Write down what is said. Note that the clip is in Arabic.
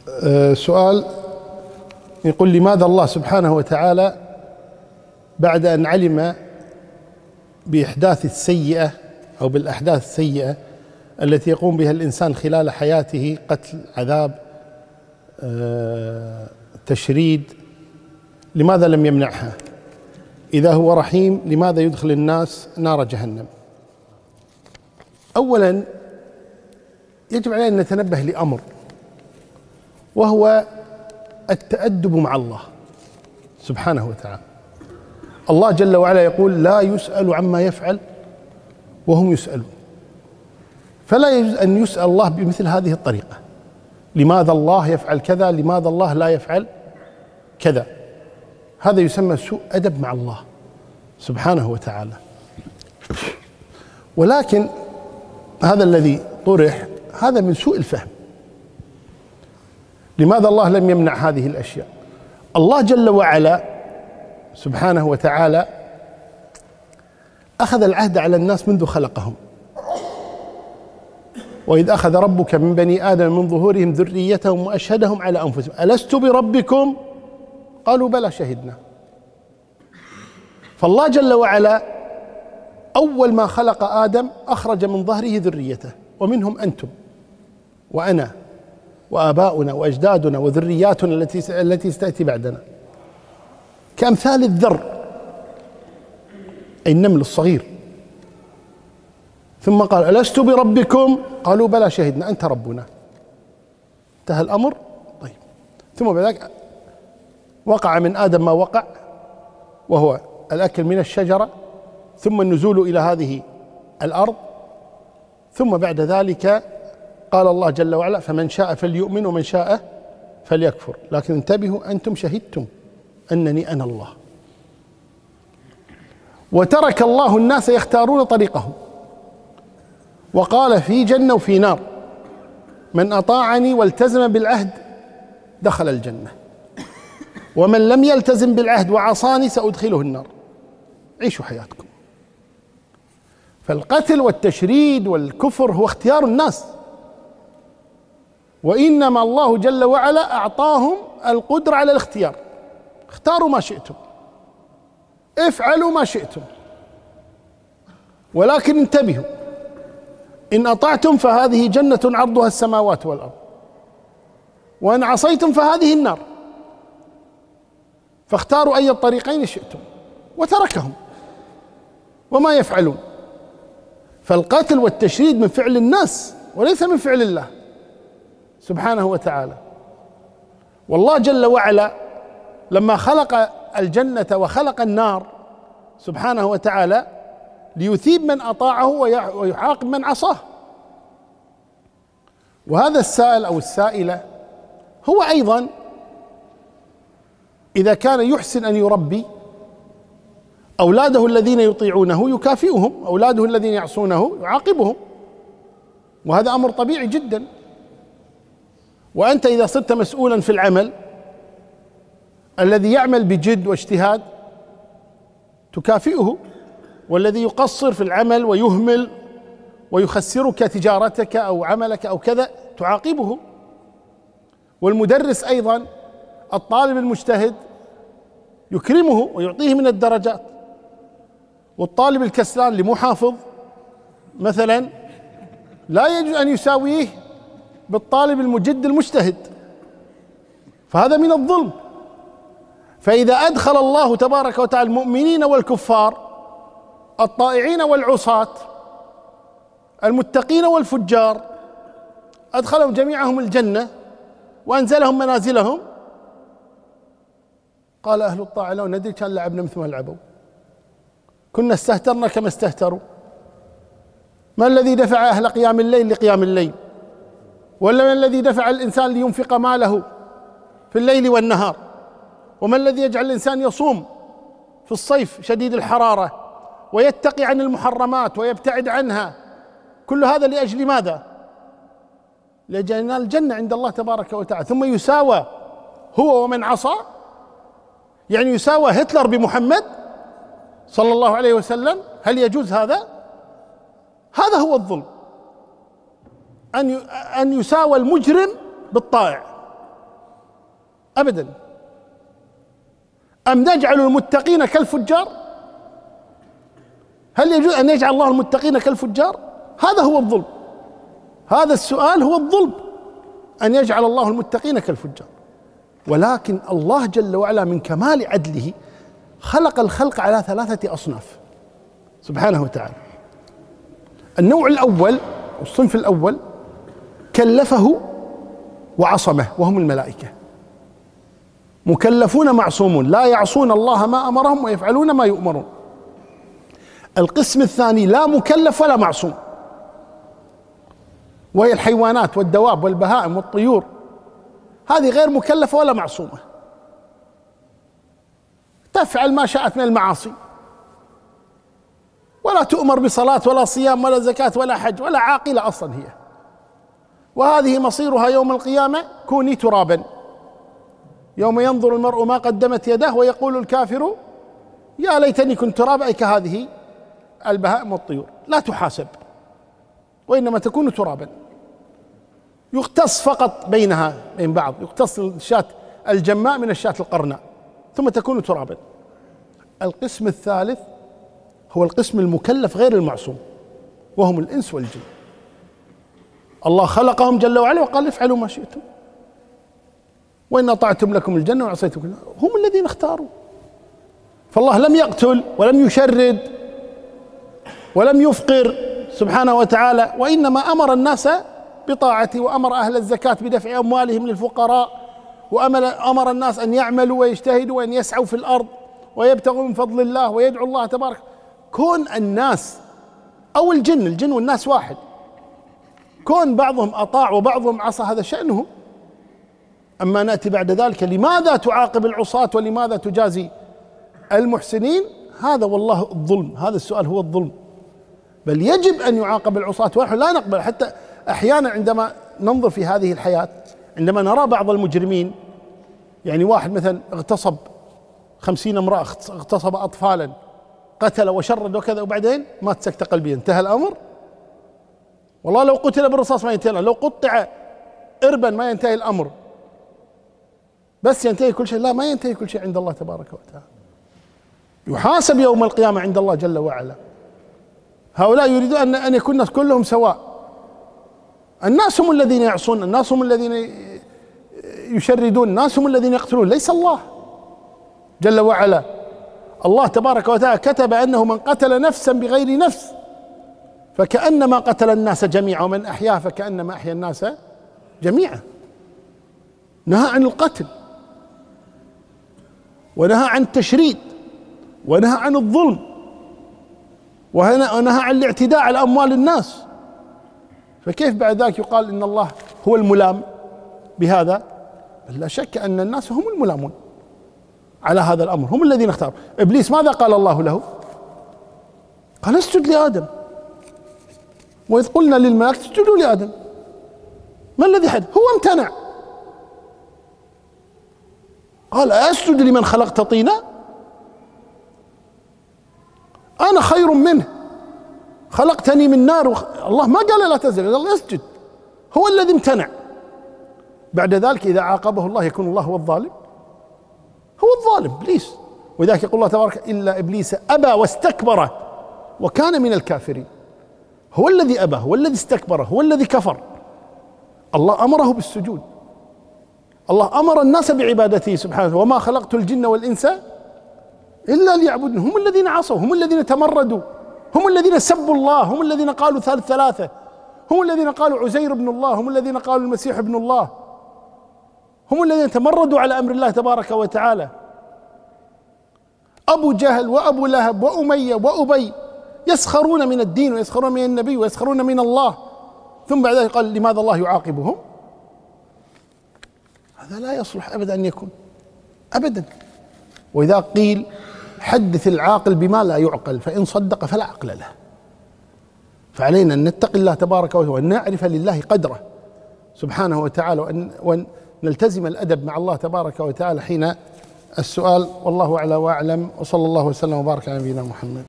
سؤال يقول: لماذا الله سبحانه وتعالى بعد أن علم بإحداث السيئة أو بالأحداث السيئة التي يقوم بها الإنسان خلال حياته، قتل، عذاب، تشريد، لماذا لم يمنعها؟ إذا هو رحيم لماذا يدخل الناس نار جهنم؟ أولا يجب علينا أن نتنبه لأمر، وهو التأدب مع الله سبحانه وتعالى. الله جل وعلا يقول: لا يسأل عما يفعل وهم يسألون. فلا يجوز أن يسأل الله بمثل هذه الطريقة: لماذا الله يفعل كذا، لماذا الله لا يفعل كذا. هذا يسمى سوء أدب مع الله سبحانه وتعالى. ولكن هذا الذي طرح هذا من سوء الفهم. لماذا الله لم يمنع هذه الأشياء؟ الله جل وعلا سبحانه وتعالى أخذ العهد على الناس منذ خلقهم: وإذ أخذ ربك من بني آدم من ظهورهم ذريتهم وأشهدهم على أنفسهم ألست بربكم؟ قالوا بلى شهدنا. فالله جل وعلا أول ما خلق آدم أخرج من ظهره ذريته، ومنهم أنتم وأنا وآباؤنا وأجدادنا وذرياتنا التي ستأتي بعدنا، كأمثال الذر أي النمل الصغير. ثم قال: ألست بربكم؟ قالوا بلى شهدنا أنت ربنا. انتهى الأمر. طيب، ثم بعد ذلك وقع من آدم ما وقع، وهو الأكل من الشجرة، ثم النزول إلى هذه الأرض، ثم بعد ذلك قال الله جل وعلا: فمن شاء فليؤمن ومن شاء فليكفر، لكن انتبهوا أنتم شهدتم أنني أنا الله. وترك الله الناس يختارون طريقهم، وقال: في جنة وفي نار، من أطاعني والتزم بالعهد دخل الجنة، ومن لم يلتزم بالعهد وعصاني سأدخله النار. عيشوا حياتكم. فالقتل والتشريد والكفر هو اختيار الناس، وإنما الله جل وعلا أعطاهم القدرة على الاختيار. اختاروا ما شئتم، افعلوا ما شئتم، ولكن انتبهوا: إن أطعتم فهذه جنة عرضها السماوات والأرض، وإن عصيتم فهذه النار. فاختاروا أي الطريقين شئتم، وتركهم وما يفعلون. فالقتل والتشريد من فعل الناس وليس من فعل الله سبحانه وتعالى. والله جل وعلا لما خلق الجنة وخلق النار سبحانه وتعالى ليثيب من أطاعه ويعاقب من عصاه. وهذا السائل أو السائلة هو أيضا إذا كان يحسن أن يربي أولاده الذين يطيعونه يكافئهم، أولاده الذين يعصونه يعاقبهم، وهذا أمر طبيعي جدا. وأنت إذا صرت مسؤولا في العمل، الذي يعمل بجد واجتهاد تكافئه، والذي يقصر في العمل ويهمل ويخسرك تجارتك أو عملك أو كذا تعاقبه. والمدرس أيضا الطالب المجتهد يكرمه ويعطيه من الدرجات، والطالب الكسلان لمحافظ مثلا لا يجوز أن يساويه بالطالب المجد المجتهد، فهذا من الظلم. فإذا أدخل الله تبارك وتعالى المؤمنين والكفار، الطائعين والعصاة، المتقين والفجار، أدخلهم جميعهم الجنة وأنزلهم منازلهم، قال أهل الطاعة: لو ندري كان لعبنا مثل ما لعبوا، كنا استهترنا كما استهتروا. ما الذي دفع أهل قيام الليل لقيام الليل؟ ولا ما الذي دفع الإنسان لينفق ماله في الليل والنهار؟ وما الذي يجعل الإنسان يصوم في الصيف شديد الحرارة ويتقي عن المحرمات ويبتعد عنها؟ كل هذا لأجل ماذا؟ لأجل أن ينال الجنة عند الله تبارك وتعالى. ثم يساوى هو ومن عصى، يعني يساوى هتلر بمحمد صلى الله عليه وسلم. هل يجوز هذا؟ هذا هو الظلم، أن يساوى المجرم بالطائع. أبدا. أم نجعل المتقين كالفجار؟ هل يجوز أن يجعل الله المتقين كالفجار؟ هذا هو الظلم، هذا السؤال هو الظلم، أن يجعل الله المتقين كالفجار. ولكن الله جل وعلا من كمال عدله خلق الخلق على 3 أصناف سبحانه وتعالى. النوع الأول، الصنف الأول، كلفه وعصمه وهم الملائكة، مكلفون معصومون لا يعصون الله ما أمرهم ويفعلون ما يؤمرون. القسم الثاني لا مكلف ولا معصوم، وهي الحيوانات والدواب والبهائم والطيور، هذه غير مكلفة ولا معصومة، تفعل ما شاءت من المعاصي، ولا تؤمر بصلاة ولا صيام ولا زكاة ولا حج ولا عاقلة أصلا هي، وهذه مصيرها يوم القيامة كوني ترابا، يوم ينظر المرء ما قدمت يده ويقول الكافر يا ليتني كنت ترابا، أي كهذه البهائم والطيور لا تحاسب وإنما تكون ترابا، يقتص فقط بينها بين بعض، يقتص الشاة الجماء من الشاة القرناء ثم تكون ترابا. القسم الثالث هو القسم المكلف غير المعصوم، وهم الإنس والجن. الله خلقهم جل وعلا وقال افعلوا ما شئتم وإن أطعتم لكم الجنة وعصيتم هم الذين اختاروا. فالله لم يقتل ولم يشرد ولم يفقر سبحانه وتعالى، وإنما أمر الناس بطاعته، وأمر أهل الزكاة بدفع أموالهم للفقراء، وأمر الناس أن يعملوا ويجتهدوا وأن يسعوا في الأرض ويبتغوا من فضل الله ويدعوا الله تبارك. كون الناس أو الجن والناس واحد، كون بعضهم أطاع وبعضهم عصى هذا شأنهم. أما نأتي بعد ذلك لماذا تعاقب العصاة ولماذا تجازي المحسنين؟ هذا والله الظلم، هذا السؤال هو الظلم. بل يجب أن يعاقب العصاة، ونحن لا نقبل. حتى أحيانا عندما ننظر في هذه الحياة، عندما نرى بعض المجرمين، يعني واحد مثلا اغتصب 50 امرأة، اغتصب أطفالا، قتل وشرد وكذا، وبعدين مات سكتة قلبية، انتهى الأمر؟ والله لو قتل بالرصاص ما ينتهي، لو قطع إربا ما ينتهي الأمر، بس ينتهي كل شيء؟ لا، ما ينتهي كل شيء عند الله تبارك وتعالى، يحاسب يوم القيامة عند الله جل وعلا. هؤلاء يريدون أن يكون الناس كلهم سواء، الناس هم الذين يعصون، الناس هم الذين يشردون، الناس هم الذين يقتلون، ليس الله جل وعلا. الله تبارك وتعالى كتب أنه من قتل نفسا بغير نفس فكأنما قتل الناس جميعا، ومن أحياه فكأنما أحيا الناس جميعا. نهى عن القتل، ونهى عن التشريد، ونهى عن الظلم، ونهى عن الاعتداء على أموال الناس. فكيف بعد ذلك يقال إن الله هو الملام بهذا؟ لا شك أن الناس هم الملامون على هذا الأمر، هم الذين اختاروا. إبليس ماذا قال الله له؟ قال اسجد لآدم، وإذ قلنا للملائكة اسجدوا لآدم، ما الذي حدث؟ هو امتنع، قال أسجد لمن خلقت طينا، أنا خير منه خلقتني من نار الله ما قال لا تسجد، قال اسجد، هو الذي امتنع. بعد ذلك إذا عاقبه الله يكون الله هو الظالم؟ هو الظالم إبليس. ولذلك يقول الله تبارك إلا إبليس أبى واستكبر وكان من الكافرين. هو الذي أبى، هو الذي استكبر، هو الذي كفر. الله أمره بالسجود، الله أمر الناس بعبادته سبحانه، وما خلقت الجن والإنس إلا ليعبدون. هم الذين عصوا، هم الذين تمردوا، هم الذين سبوا الله، هم الذين قالوا ثالث ثلاثة، هم الذين قالوا عزير ابن الله، هم الذين قالوا المسيح ابن الله، هم الذين تمردوا على أمر الله تبارك وتعالى. أبو جهل وأبو لهب وأمية وأبي يسخرون من الدين ويسخرون من النبي ويسخرون من الله، ثم بعد ذلك قال لماذا الله يعاقبهم؟ هذا لا يصلح أبدا أن يكون أبدا. وإذا قيل حدث العاقل بما لا يعقل فإن صدق فلا عقل له. فعلينا أن نتقي الله تبارك وتعالى وأن نعرف لله قدره سبحانه وتعالى، وأن نلتزم الأدب مع الله تبارك وتعالى حين السؤال. والله أعلى وأعلم، وصلى الله وسلم وبارك على نبينا محمد.